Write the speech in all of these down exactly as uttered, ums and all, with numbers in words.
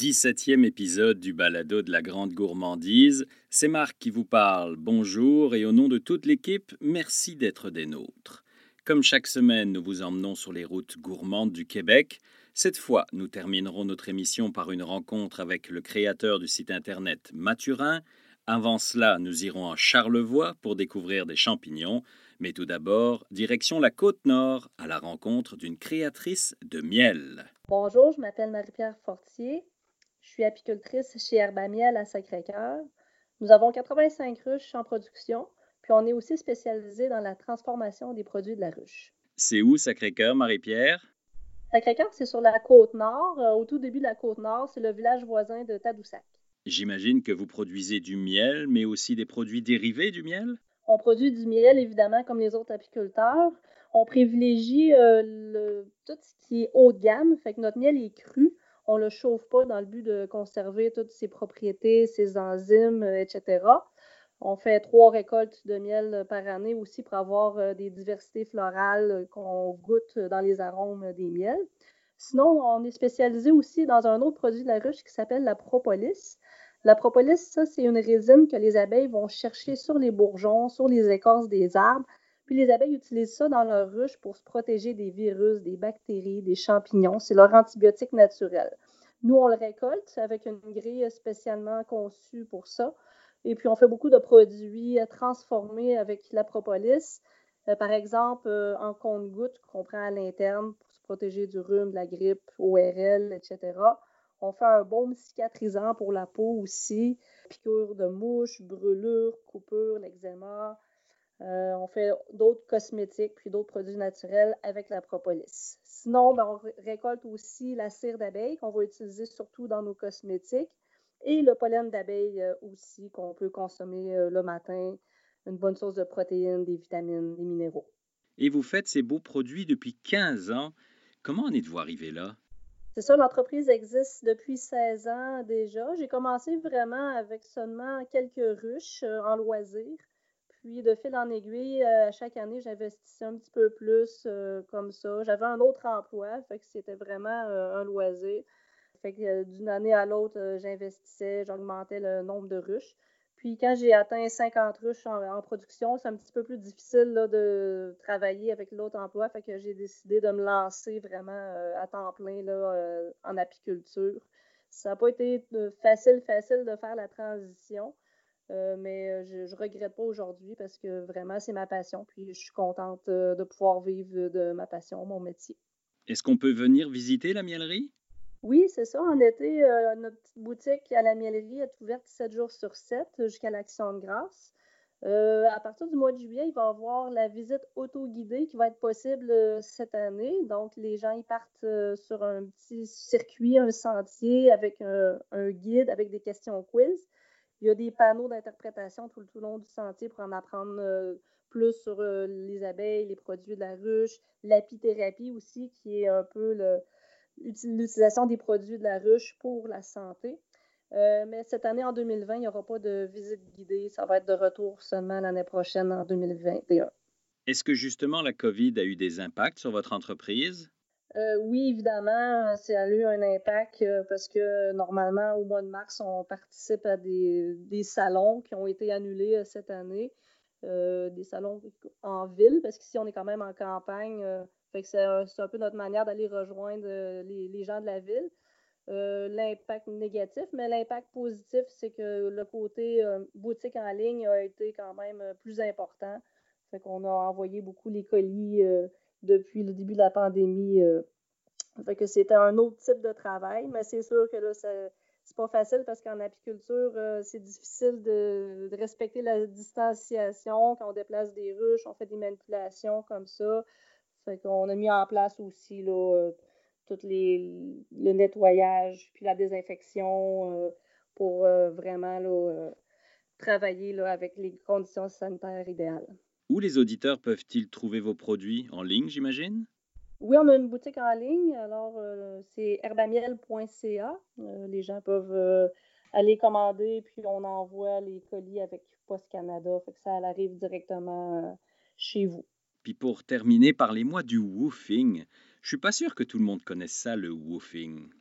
dix-septième épisode du balado de la Grande Gourmandise. C'est Marc qui vous parle. Bonjour et au nom de toute l'équipe, merci d'être des nôtres. Comme chaque semaine, nous vous emmenons sur les routes gourmandes du Québec. Cette fois, nous terminerons notre émission par une rencontre avec le créateur du site internet Mathurin. Avant cela, nous irons à Charlevoix pour découvrir des champignons. Mais tout d'abord, direction la Côte-Nord, à la rencontre d'une créatrice de miel. Bonjour, je m'appelle Marie-Pierre Fortier. Je suis apicultrice chez Herbamiel à Sacré-Cœur. Nous avons quatre-vingt-cinq ruches en production, puis on est aussi spécialisé dans la transformation des produits de la ruche. C'est où Sacré-Cœur, Marie-Pierre? Sacré-Cœur, c'est sur la Côte-Nord. Au tout début de la Côte-Nord, c'est le village voisin de Tadoussac. J'imagine que vous produisez du miel, mais aussi des produits dérivés du miel? On produit du miel, évidemment, comme les autres apiculteurs. On privilégie euh, le, tout ce qui est haut de gamme, fait que notre miel est cru. On ne le chauffe pas dans le but de conserver toutes ses propriétés, ses enzymes, et cetera. On fait trois récoltes de miel par année aussi pour avoir euh, des diversités florales qu'on goûte dans les arômes des miels. Sinon, on est spécialisé aussi dans un autre produit de la ruche qui s'appelle la propolis. La propolis, ça, c'est une résine que les abeilles vont chercher sur les bourgeons, sur les écorces des arbres. Puis les abeilles utilisent ça dans leur ruche pour se protéger des virus, des bactéries, des champignons. C'est leur antibiotique naturel. Nous, on le récolte avec une grille spécialement conçue pour ça. Et puis, on fait beaucoup de produits transformés avec la propolis. Euh, par exemple, euh, en compte-gouttes qu'on prend à l'interne pour se protéger du rhume, de la grippe, O R L, et cetera. On fait un baume cicatrisant pour la peau aussi, piqûres de mouches, brûlures, coupures, l'eczéma. Euh, on fait d'autres cosmétiques puis d'autres produits naturels avec la propolis. Sinon, ben, on récolte aussi la cire d'abeille qu'on va utiliser surtout dans nos cosmétiques et le pollen d'abeille euh, aussi qu'on peut consommer euh, le matin, une bonne source de protéines, des vitamines, des minéraux. Et vous faites ces beaux produits depuis quinze ans. Comment en êtes-vous arrivé là? C'est ça, l'entreprise existe depuis seize ans déjà. J'ai commencé vraiment avec seulement quelques ruches euh, en loisirs. Puis, de fil en aiguille, euh, à chaque année, j'investissais un petit peu plus euh, comme ça. J'avais un autre emploi, fait que c'était vraiment euh, un loisir. Fait que euh, d'une année à l'autre, euh, j'investissais, j'augmentais le nombre de ruches. Puis quand j'ai atteint cinquante ruches en, en production, c'est un petit peu plus difficile là, de travailler avec l'autre emploi. Fait que j'ai décidé de me lancer vraiment euh, à temps plein là, euh, en apiculture. Ça n'a pas été euh, facile, facile de faire la transition. Euh, mais je ne regrette pas aujourd'hui parce que vraiment, c'est ma passion. Puis je suis contente euh, de pouvoir vivre de ma passion, mon métier. Est-ce qu'on peut venir visiter la mielerie? Oui, c'est ça. En été, euh, notre petite boutique à la Mielerie est ouverte sept jours sur sept jusqu'à l'Action de grâce. Euh, à partir du mois de juillet, il va y avoir la visite auto-guidée qui va être possible euh, cette année. Donc, les gens ils partent euh, sur un petit circuit, un sentier avec un, un guide, avec des questions quiz. Il y a des panneaux d'interprétation tout, tout le long du sentier pour en apprendre euh, plus sur euh, les abeilles, les produits de la ruche, l'apithérapie aussi, qui est un peu le, l'utilisation des produits de la ruche pour la santé. Euh, mais cette année, en deux mille vingt, il n'y aura pas de visite guidée. Ça va être de retour seulement l'année prochaine, en deux mille vingt et un. Est-ce que justement la COVID a eu des impacts sur votre entreprise? Euh, oui, évidemment, ça a eu un impact euh, parce que normalement, au mois de mars, on participe à des, des salons qui ont été annulés euh, cette année. Euh, des salons en ville, parce qu'ici, on est quand même en campagne. Euh, fait que c'est, un, c'est un peu notre manière d'aller rejoindre euh, les, les gens de la ville. Euh, l'impact négatif, mais l'impact positif, c'est que le côté euh, boutique en ligne a été quand même euh, plus important. Fait qu'on a envoyé beaucoup les colis euh, depuis le début de la pandémie. Euh. Fait que c'était un autre type de travail, mais c'est sûr que là, ça, c'est pas facile parce qu'en apiculture, euh, c'est difficile de, de respecter la distanciation quand on déplace des ruches, on fait des manipulations comme ça. Fait qu'on a mis en place aussi là, euh, tout les, le nettoyage puis la désinfection euh, pour euh, vraiment là, euh, travailler là, avec les conditions sanitaires idéales. Où les auditeurs peuvent-ils trouver vos produits? En ligne, j'imagine? Oui, on a une boutique en ligne, alors euh, c'est herbamiel point c a. Euh, les gens peuvent euh, aller commander, puis on envoie les colis avec Post Canada, fait que ça arrive directement euh, chez vous. Puis pour terminer, parlez-moi du woofing. Je suis pas sûr que tout le monde connaisse ça, le woofing.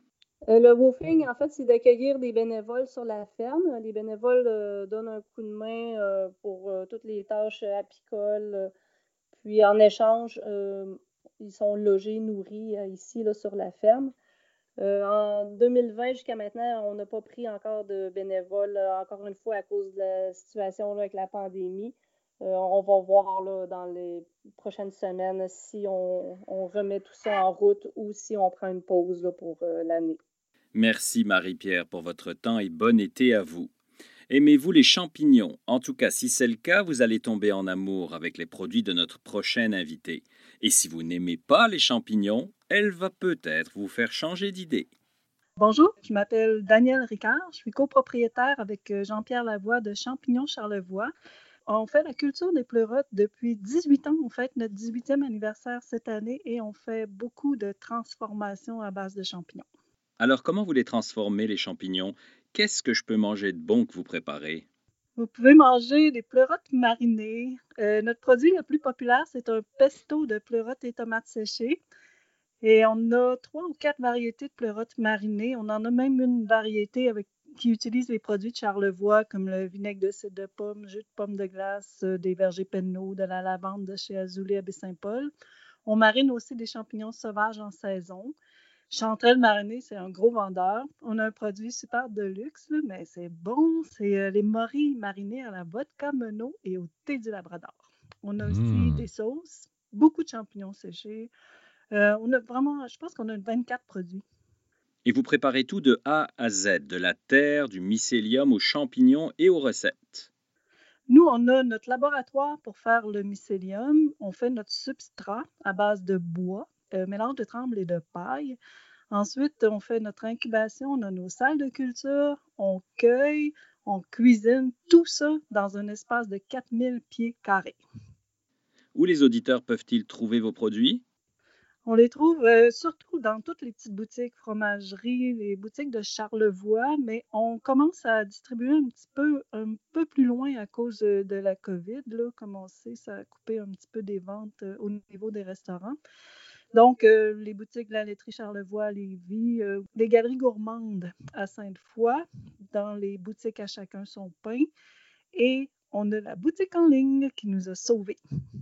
Euh, le woofing, en fait, c'est d'accueillir des bénévoles sur la ferme. Les bénévoles euh, donnent un coup de main euh, pour euh, toutes les tâches apicoles. euh, Puis en échange, euh, ils sont logés, nourris euh, ici là, sur la ferme. Euh, en deux mille vingt, jusqu'à maintenant, on n'a pas pris encore de bénévoles, euh, encore une fois à cause de la situation là, avec la pandémie. Euh, on va voir là, dans les prochaines semaines si on, on remet tout ça en route ou si on prend une pause là, pour euh, l'année. Merci Marie-Pierre pour votre temps et bon été à vous. Aimez-vous les champignons? En tout cas, si c'est le cas, vous allez tomber en amour avec les produits de notre prochaine invitée. Et si vous n'aimez pas les champignons, elle va peut-être vous faire changer d'idée. Bonjour, je m'appelle Danielle Ricard. Je suis copropriétaire avec euh, Jean-Pierre Lavoie de Champignons Charlevoix. On fait la culture des pleurotes depuis dix-huit ans. On fête notre dix-huitième anniversaire cette année et on fait beaucoup de transformations à base de champignons. Alors, comment vous les transformez, les champignons? Qu'est-ce que je peux manger de bon que vous préparez? Vous pouvez manger des pleurotes marinées. Euh, notre produit le plus populaire, c'est un pesto de pleurotes et tomates séchées. Et on a trois ou quatre variétés de pleurotes marinées. On en a même une variété avec, qui utilise les produits de Charlevoix, comme le vinaigre de cidre de pomme, jus de pomme de glace, euh, des vergers penneau, de la lavande de chez Azoulay à Baie-Saint-Paul. On marine aussi des champignons sauvages en saison. Chanterelle marinée, c'est un gros vendeur. On a un produit super de luxe, là, mais c'est bon. C'est euh, les morilles marinées à la vodka Menot et au thé du Labrador. On a aussi Mmh. des sauces, beaucoup de champignons séchés. Euh, on a vraiment, je pense qu'on a vingt-quatre produits. Et vous préparez tout de A à Z, de la terre, du mycélium aux champignons et aux recettes. Nous, on a notre laboratoire pour faire le mycélium. On fait notre substrat à base de bois, euh, mélange de tremble et de paille. Ensuite, on fait notre incubation, on a nos salles de culture, on cueille, on cuisine, tout ça dans un espace de quatre mille pieds carrés. Où les auditeurs peuvent-ils trouver vos produits? On les trouve euh, surtout dans toutes les petites boutiques, fromageries, les boutiques de Charlevoix, mais on commence à distribuer un petit peu, un peu plus loin à cause de, de la COVID. Là, comme on sait, ça a coupé un petit peu des ventes euh, au niveau des restaurants. Donc, euh, les boutiques de la laiterie Charlevoix à Lévis, euh, les galeries gourmandes à Sainte-Foy, dans les boutiques à chacun son pain. Et on a la boutique en ligne qui nous a sauvés.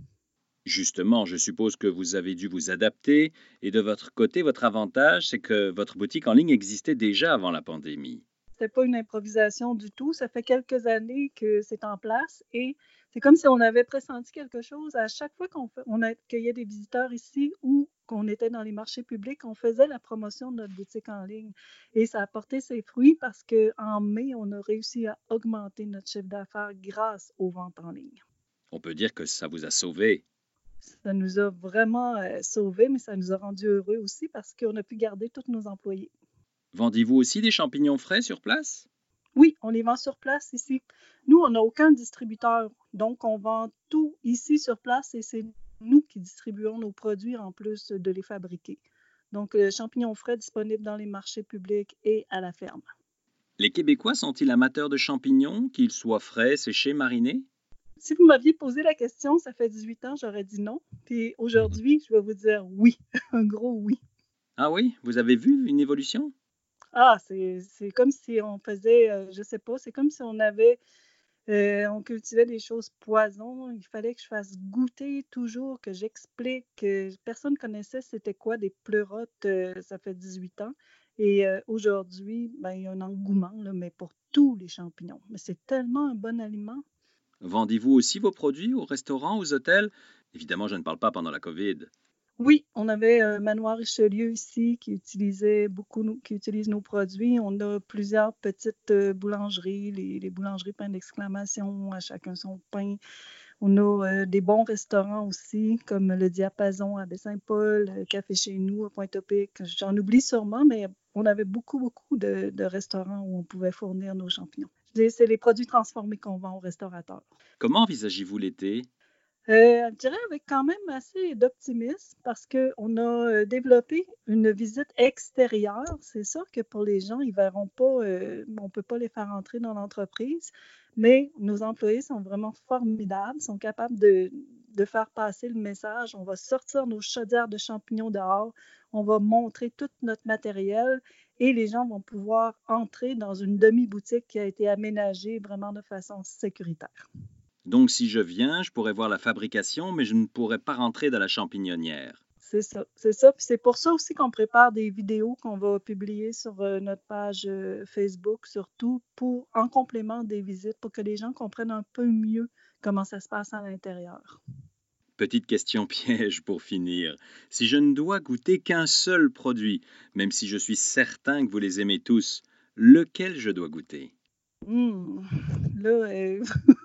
Justement, je suppose que vous avez dû vous adapter et de votre côté, votre avantage, c'est que votre boutique en ligne existait déjà avant la pandémie. C'était pas une improvisation du tout. Ça fait quelques années que c'est en place et c'est comme si on avait pressenti quelque chose. À chaque fois qu'on fait, on accueillait des visiteurs ici ou qu'on était dans les marchés publics, on faisait la promotion de notre boutique en ligne. Et ça a porté ses fruits parce qu'en mai, on a réussi à augmenter notre chiffre d'affaires grâce aux ventes en ligne. On peut dire que ça vous a sauvé. Ça nous a vraiment euh, sauvés, mais ça nous a rendus heureux aussi parce qu'on a pu garder tous nos employés. Vendez-vous aussi des champignons frais sur place? Oui, on les vend sur place ici. Nous, on n'a aucun distributeur, donc on vend tout ici sur place et c'est nous qui distribuons nos produits en plus de les fabriquer. Donc, le champignon frais disponible dans les marchés publics et à la ferme. Les Québécois sont-ils amateurs de champignons, qu'ils soient frais, séchés, marinés? Si vous m'aviez posé la question, ça fait dix-huit ans, j'aurais dit non. Puis aujourd'hui, je vais vous dire oui, un gros oui. Ah oui, vous avez vu une évolution? Ah, c'est, c'est comme si on faisait, euh, je sais pas, c'est comme si on avait Euh, on cultivait des choses poison. Il fallait que je fasse goûter toujours, que j'explique. Que personne ne connaissait c'était quoi des pleurotes. Euh, ça fait dix-huit ans. Et euh, aujourd'hui, ben, il y a un engouement, là, mais pour tous les champignons. Mais c'est tellement un bon aliment. Vendez-vous aussi vos produits aux restaurants, aux hôtels? Évidemment, je ne parle pas pendant la COVID. Oui, on avait un manoir Richelieu ici qui utilisait beaucoup, nos- qui utilise nos produits. On a plusieurs petites euh, boulangeries, les, les boulangeries pain d'exclamation, à chacun son pain. On a euh, des bons restaurants aussi, comme le Diapason à Baie-Saint-Paul, le Café Chez Nous à Pointe-au-Pic. J'en oublie sûrement, mais on avait beaucoup, beaucoup de, de restaurants où on pouvait fournir nos champignons. Je dis, c'est les produits transformés qu'on vend aux restaurateurs. Comment envisagez-vous l'été? Euh, je dirais avec quand même assez d'optimisme parce qu'on a euh, développé une visite extérieure. C'est sûr que pour les gens, ils ne verront pas, euh, on ne peut pas les faire entrer dans l'entreprise, mais nos employés sont vraiment formidables, sont capables de, de faire passer le message. On va sortir nos chaudières de champignons dehors, on va montrer tout notre matériel et les gens vont pouvoir entrer dans une demi-boutique qui a été aménagée vraiment de façon sécuritaire. Donc si je viens, je pourrais voir la fabrication, mais je ne pourrais pas rentrer dans la champignonnière. C'est ça, c'est ça. Puis c'est pour ça aussi qu'on prépare des vidéos qu'on va publier sur euh, notre page euh, Facebook, surtout pour en complément des visites, pour que les gens comprennent un peu mieux comment ça se passe à l'intérieur. Petite question piège pour finir. Si je ne dois goûter qu'un seul produit, même si je suis certain que vous les aimez tous, lequel je dois goûter? Mmh. Là, euh...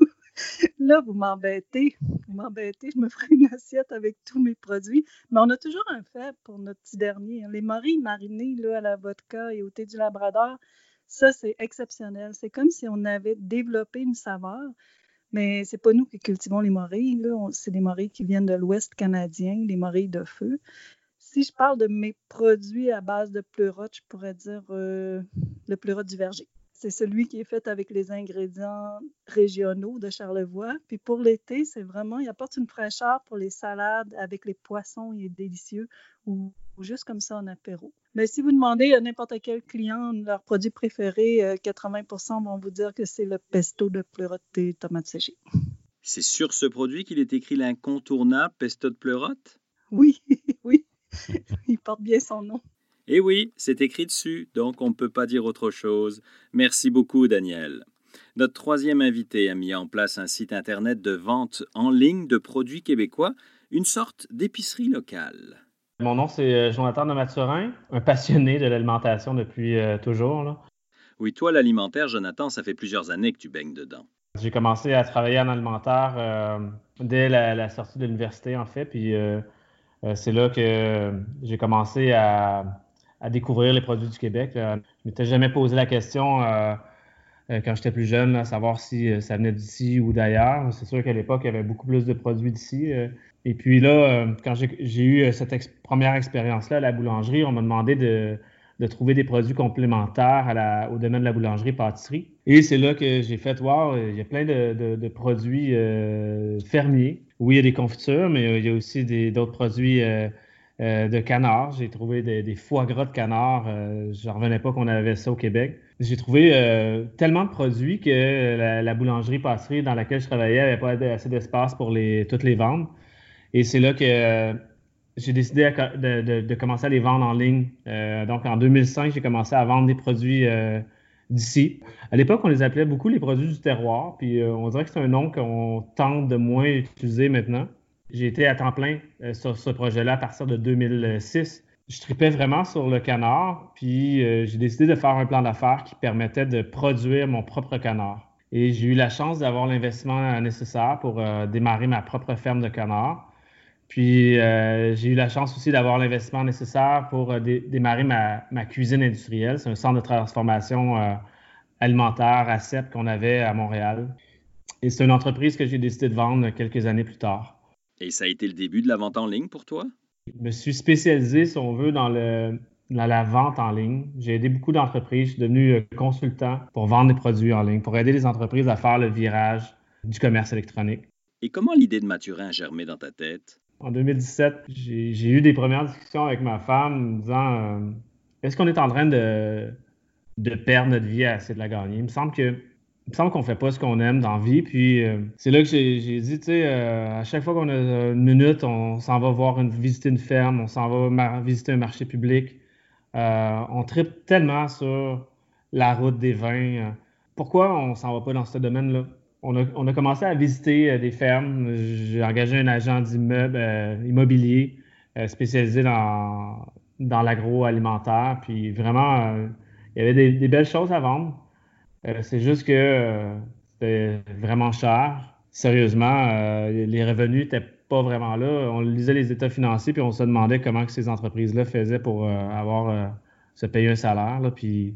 Là, vous m'embêtez. Vous m'embêtez. Je me ferai une assiette avec tous mes produits. Mais on a toujours un fait pour notre petit dernier. Les morilles marinées là, à la vodka et au thé du Labrador, ça, c'est exceptionnel. C'est comme si on avait développé une saveur. Mais c'est pas nous qui cultivons les morilles. Là. On, c'est des morilles qui viennent de l'Ouest canadien, les morilles de feu. Si je parle de mes produits à base de pleurote, je pourrais dire euh, le pleurote du verger. C'est celui qui est fait avec les ingrédients régionaux de Charlevoix. Puis pour l'été, c'est vraiment, il apporte une fraîcheur pour les salades avec les poissons, il est délicieux, ou, ou juste comme ça en apéro. Mais si vous demandez à n'importe quel client leur produit préféré, quatre-vingts pour cent vont vous dire que c'est le pesto de pleurote et tomates séchées. C'est sur ce produit qu'il est écrit l'incontournable pesto de pleurote? Oui, oui, il porte bien son nom. Eh oui, c'est écrit dessus, donc on ne peut pas dire autre chose. Merci beaucoup, Daniel. Notre troisième invité a mis en place un site Internet de vente en ligne de produits québécois, une sorte d'épicerie locale. Mon nom, c'est Jonathan de Mathurin, un passionné de l'alimentation depuis euh, toujours. Là. Oui, toi, l'alimentaire, Jonathan, ça fait plusieurs années que tu baignes dedans. J'ai commencé à travailler en alimentaire euh, dès la, la sortie de l'université, en fait, puis euh, euh, c'est là que j'ai commencé à... à découvrir les produits du Québec. Là. Je ne m'étais jamais posé la question euh, euh, quand j'étais plus jeune, là, savoir si euh, ça venait d'ici ou d'ailleurs. C'est sûr qu'à l'époque, il y avait beaucoup plus de produits d'ici. Euh. Et puis là, euh, quand j'ai, j'ai eu cette ex- première expérience-là à la boulangerie, on m'a demandé de, de trouver des produits complémentaires à la, au domaine de la boulangerie-pâtisserie. Et c'est là que j'ai fait, wow, il y a plein de, de, de produits euh, fermiers. Oui, il y a des confitures, mais il y a aussi des, d'autres produits euh, Euh, de canard. J'ai trouvé des, des foie gras de canard. Euh, je ne revenais pas qu'on avait ça au Québec. J'ai trouvé euh, tellement de produits que la, la boulangerie-pâtisserie dans laquelle je travaillais n'avait pas assez d'espace pour les, toutes les vendre. Et c'est là que euh, j'ai décidé à, de, de, de commencer à les vendre en ligne. Euh, donc, en deux mille cinq, j'ai commencé à vendre des produits euh, d'ici. À l'époque, on les appelait beaucoup les produits du terroir. Puis, euh, on dirait que c'est un nom qu'on tente de moins utiliser maintenant. J'ai été à temps plein euh, sur ce projet-là à partir de deux mille six. Je tripais vraiment sur le canard, puis euh, j'ai décidé de faire un plan d'affaires qui permettait de produire mon propre canard. Et j'ai eu la chance d'avoir l'investissement nécessaire pour euh, démarrer ma propre ferme de canard. Puis euh, j'ai eu la chance aussi d'avoir l'investissement nécessaire pour euh, dé- démarrer ma, ma cuisine industrielle. C'est un centre de transformation euh, alimentaire à C E P qu'on avait à Montréal. Et c'est une entreprise que j'ai décidé de vendre quelques années plus tard. Et ça a été le début de la vente en ligne pour toi? Je me suis spécialisé, si on veut, dans, le, dans la vente en ligne. J'ai aidé beaucoup d'entreprises. Je suis devenu consultant pour vendre des produits en ligne, pour aider les entreprises à faire le virage du commerce électronique. Et comment l'idée de Mathurin a germé dans ta tête? En deux mille dix-sept, j'ai, j'ai eu des premières discussions avec ma femme me disant euh, est-ce qu'on est en train de, de perdre notre vie à essayer de la gagner? Il me semble que Il me semble qu'on ne fait pas ce qu'on aime dans la vie. Puis euh, c'est là que j'ai, j'ai dit, tu sais, euh, à chaque fois qu'on a une minute, on s'en va voir une, visiter une ferme, on s'en va mar- visiter un marché public. Euh, on tripe tellement sur la route des vins. Pourquoi on ne s'en va pas dans ce domaine-là? On a, on a commencé à visiter euh, des fermes. J'ai engagé un agent d'immeuble euh, immobilier euh, spécialisé dans, dans l'agroalimentaire. Puis vraiment, euh, il y avait des, des belles choses à vendre. Euh, c'est juste que euh, c'était vraiment cher. Sérieusement, euh, les revenus n'étaient pas vraiment là. On lisait les états financiers puis on se demandait comment que ces entreprises-là faisaient pour euh, avoir euh, se payer un salaire. Là. Puis,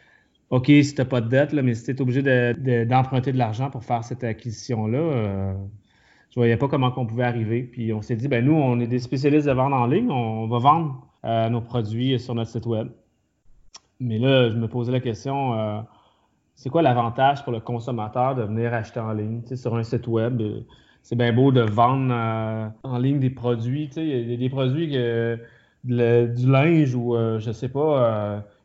OK, si tu n'as pas de dette, là, mais si tu es obligé de, de, d'emprunter de l'argent pour faire cette acquisition-là, euh, je voyais pas comment on pouvait arriver. Puis on s'est dit, ben nous, on est des spécialistes de vente en ligne, on va vendre euh, nos produits sur notre site web. Mais là, je me posais la question... Euh, c'est quoi l'avantage pour le consommateur de venir acheter en ligne? Tu sais, sur un site web, c'est bien beau de vendre euh, en ligne des produits. Tu sais, il y a des produits, que, le, du linge ou euh, je sais pas, euh, il y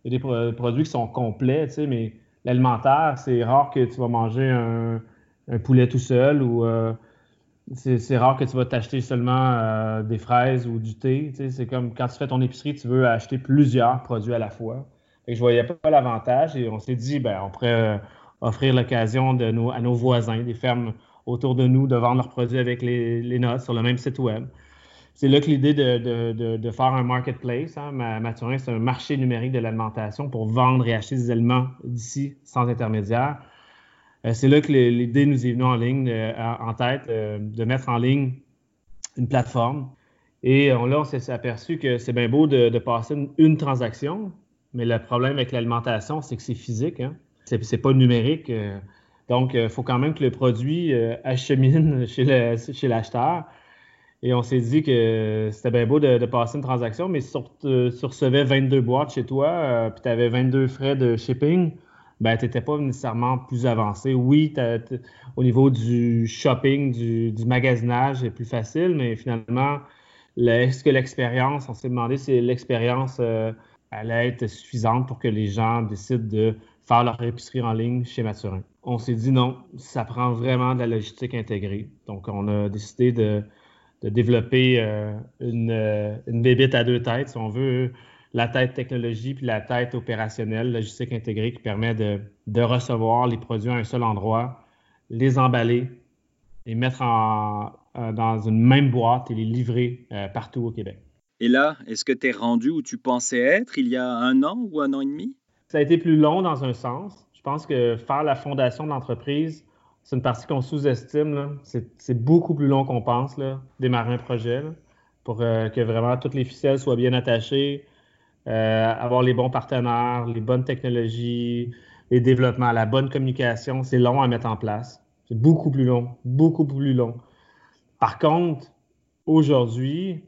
il y a des pro- produits qui sont complets, tu sais, mais l'alimentaire, c'est rare que tu vas manger un, un poulet tout seul ou euh, c'est, c'est rare que tu vas t'acheter seulement euh, des fraises ou du thé. Tu sais, c'est comme quand tu fais ton épicerie, tu veux acheter plusieurs produits à la fois. Fait que je voyais pas l'avantage et on s'est dit, ben, on pourrait euh, offrir l'occasion de nos, à nos voisins, des fermes autour de nous, de vendre leurs produits avec les, les nôtres sur le même site web. C'est là que l'idée de, de, de, de faire un marketplace, hein, Mathurin, c'est un marché numérique de l'alimentation pour vendre et acheter des aliments d'ici sans intermédiaire. Euh, c'est là que l'idée nous est venue en ligne, euh, en tête, euh, de mettre en ligne une plateforme. Et on, là, on s'est aperçu que c'est bien beau de, de passer une, une transaction, mais le problème avec l'alimentation, c'est que c'est physique, hein? C'est, c'est pas numérique. Euh, donc, il faut quand même que le produit euh, achemine chez, le, chez l'acheteur. Et on s'est dit que c'était bien beau de, de passer une transaction, mais si tu recevais vingt-deux boîtes chez toi, euh, puis tu avais vingt-deux frais de shipping, ben, tu n'étais pas nécessairement plus avancé. Oui, t'as, t'as, au niveau du shopping, du, du magasinage, c'est plus facile, mais finalement, le, est-ce que l'expérience, on s'est demandé si l'expérience euh, allait être suffisante pour que les gens décident de faire leur épicerie en ligne chez Mathurin. On s'est dit non, ça prend vraiment de la logistique intégrée. Donc, on a décidé de de développer euh, une, euh, une bébite à deux têtes, si on veut, la tête technologie puis la tête opérationnelle, logistique intégrée qui permet de, de recevoir les produits à un seul endroit, les emballer, les mettre en, euh, dans une même boîte et les livrer euh, partout au Québec. Et là, est-ce que tu es rendu où tu pensais être il y a un an ou un an et demi? Ça a été plus long dans un sens. Je pense que faire la fondation de l'entreprise, c'est une partie qu'on sous-estime. Là. C'est, c'est beaucoup plus long qu'on pense, là, démarrer un projet, là, pour euh, que vraiment toutes les ficelles soient bien attachées, euh, avoir les bons partenaires, les bonnes technologies, les développements, la bonne communication. C'est long à mettre en place. C'est beaucoup plus long, beaucoup plus long. Par contre, aujourd'hui,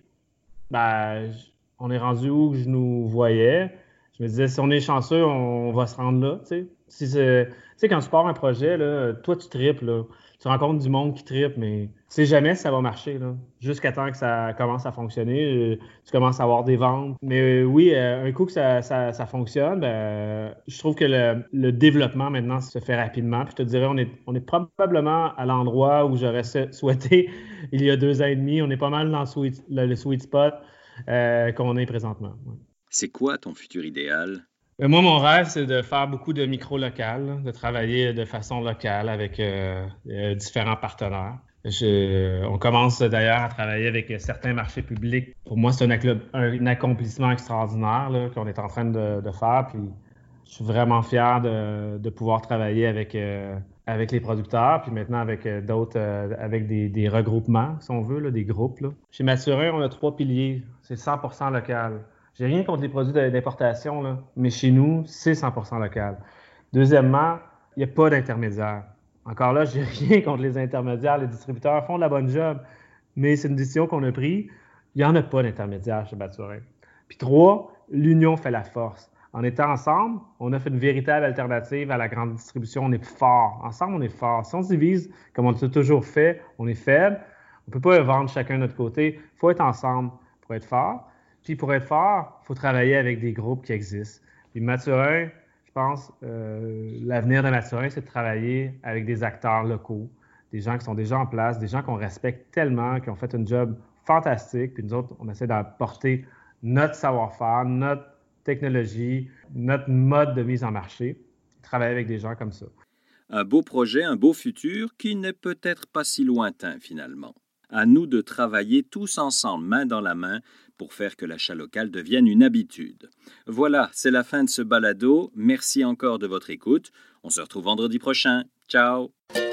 ben, on est rendu où je nous voyais. Je me disais, si on est chanceux, on va se rendre là. Tu sais, si c'est, tu sais quand tu pars un projet, là, toi, tu tripes. Là. Tu rencontres du monde qui tripe, mais tu sais jamais si ça va marcher. Là. Jusqu'à temps que ça commence à fonctionner, euh, tu commences à avoir des ventes. Mais euh, oui, euh, un coup que ça, ça, ça fonctionne, ben, je trouve que le, le développement maintenant se fait rapidement. Puis je te dirais, on est, on est probablement à l'endroit où j'aurais souhaité il y a deux ans et demi. On est pas mal dans le sweet, le, le sweet spot euh, qu'on est présentement. Ouais. C'est quoi ton futur idéal? Moi, mon rêve, c'est de faire beaucoup de micro-local, de travailler de façon locale avec euh, euh, différents partenaires. Je, on commence d'ailleurs à travailler avec certains marchés publics. Pour moi, c'est un, un, un accomplissement extraordinaire là, qu'on est en train de, de faire. Puis, je suis vraiment fier de, de pouvoir travailler avec, euh, avec les producteurs, puis maintenant avec euh, d'autres, euh, avec des, des regroupements, si on veut, là, des groupes. Là. Chez Mathurin, on a trois piliers. C'est cent pour cent local. J'ai rien contre les produits d'importation, là, mais chez nous, c'est cent pour cent local. Deuxièmement, il n'y a pas d'intermédiaire. Encore là, j'ai rien contre les intermédiaires. Les distributeurs font de la bonne job, mais c'est une décision qu'on a prise. Il n'y en a pas d'intermédiaire chez Mathurin. Puis trois, l'union fait la force. En étant ensemble, on a fait une véritable alternative à la grande distribution. On est fort. Ensemble, on est fort. Si on se divise, comme on l'a toujours fait, on est faible. On ne peut pas vendre chacun de notre côté. Il faut être ensemble pour être fort. Puis pour être fort, il faut travailler avec des groupes qui existent. Puis Mathurin, je pense, euh, l'avenir de Mathurin, c'est de travailler avec des acteurs locaux, des gens qui sont déjà en place, des gens qu'on respecte tellement, qui ont fait un job fantastique. Puis nous autres, on essaie d'apporter notre savoir-faire, notre technologie, notre mode de mise en marché, travailler avec des gens comme ça. Un beau projet, un beau futur qui n'est peut-être pas si lointain finalement. À nous de travailler tous ensemble, main dans la main, pour faire que l'achat local devienne une habitude. Voilà, c'est la fin de ce balado. Merci encore de votre écoute. On se retrouve vendredi prochain. Ciao!